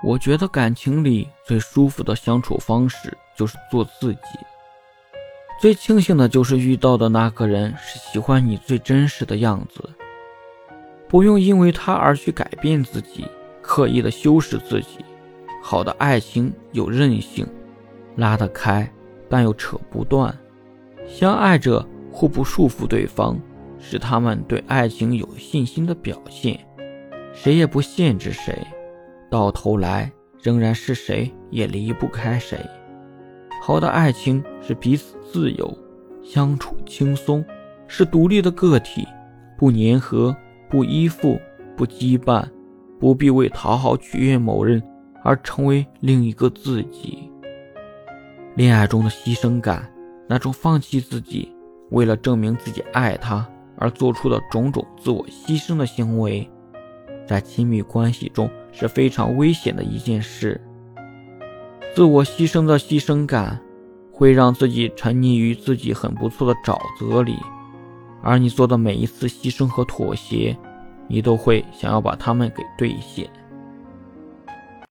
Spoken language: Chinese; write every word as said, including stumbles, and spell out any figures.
我觉得感情里最舒服的相处方式就是做自己。最庆幸的就是遇到的那个人是喜欢你最真实的样子，不用因为他而去改变自己，刻意的修饰自己。好的爱情有韧性，拉得开，但又扯不断。相爱着互不束缚对方，是他们对爱情有信心的表现。谁也不限制谁，到头来仍然是谁也离不开谁。好的爱情是彼此自由，相处轻松，是独立的个体，不粘合，不依附，不羁绊，不必为讨好取悦某人而成为另一个自己。恋爱中的牺牲感，那种放弃自己，为了证明自己爱他而做出的种种自我牺牲的行为，在亲密关系中是非常危险的一件事。自我牺牲的牺牲感会让自己沉溺于自己很不错的沼泽里，而你做的每一次牺牲和妥协，你都会想要把它们给兑现。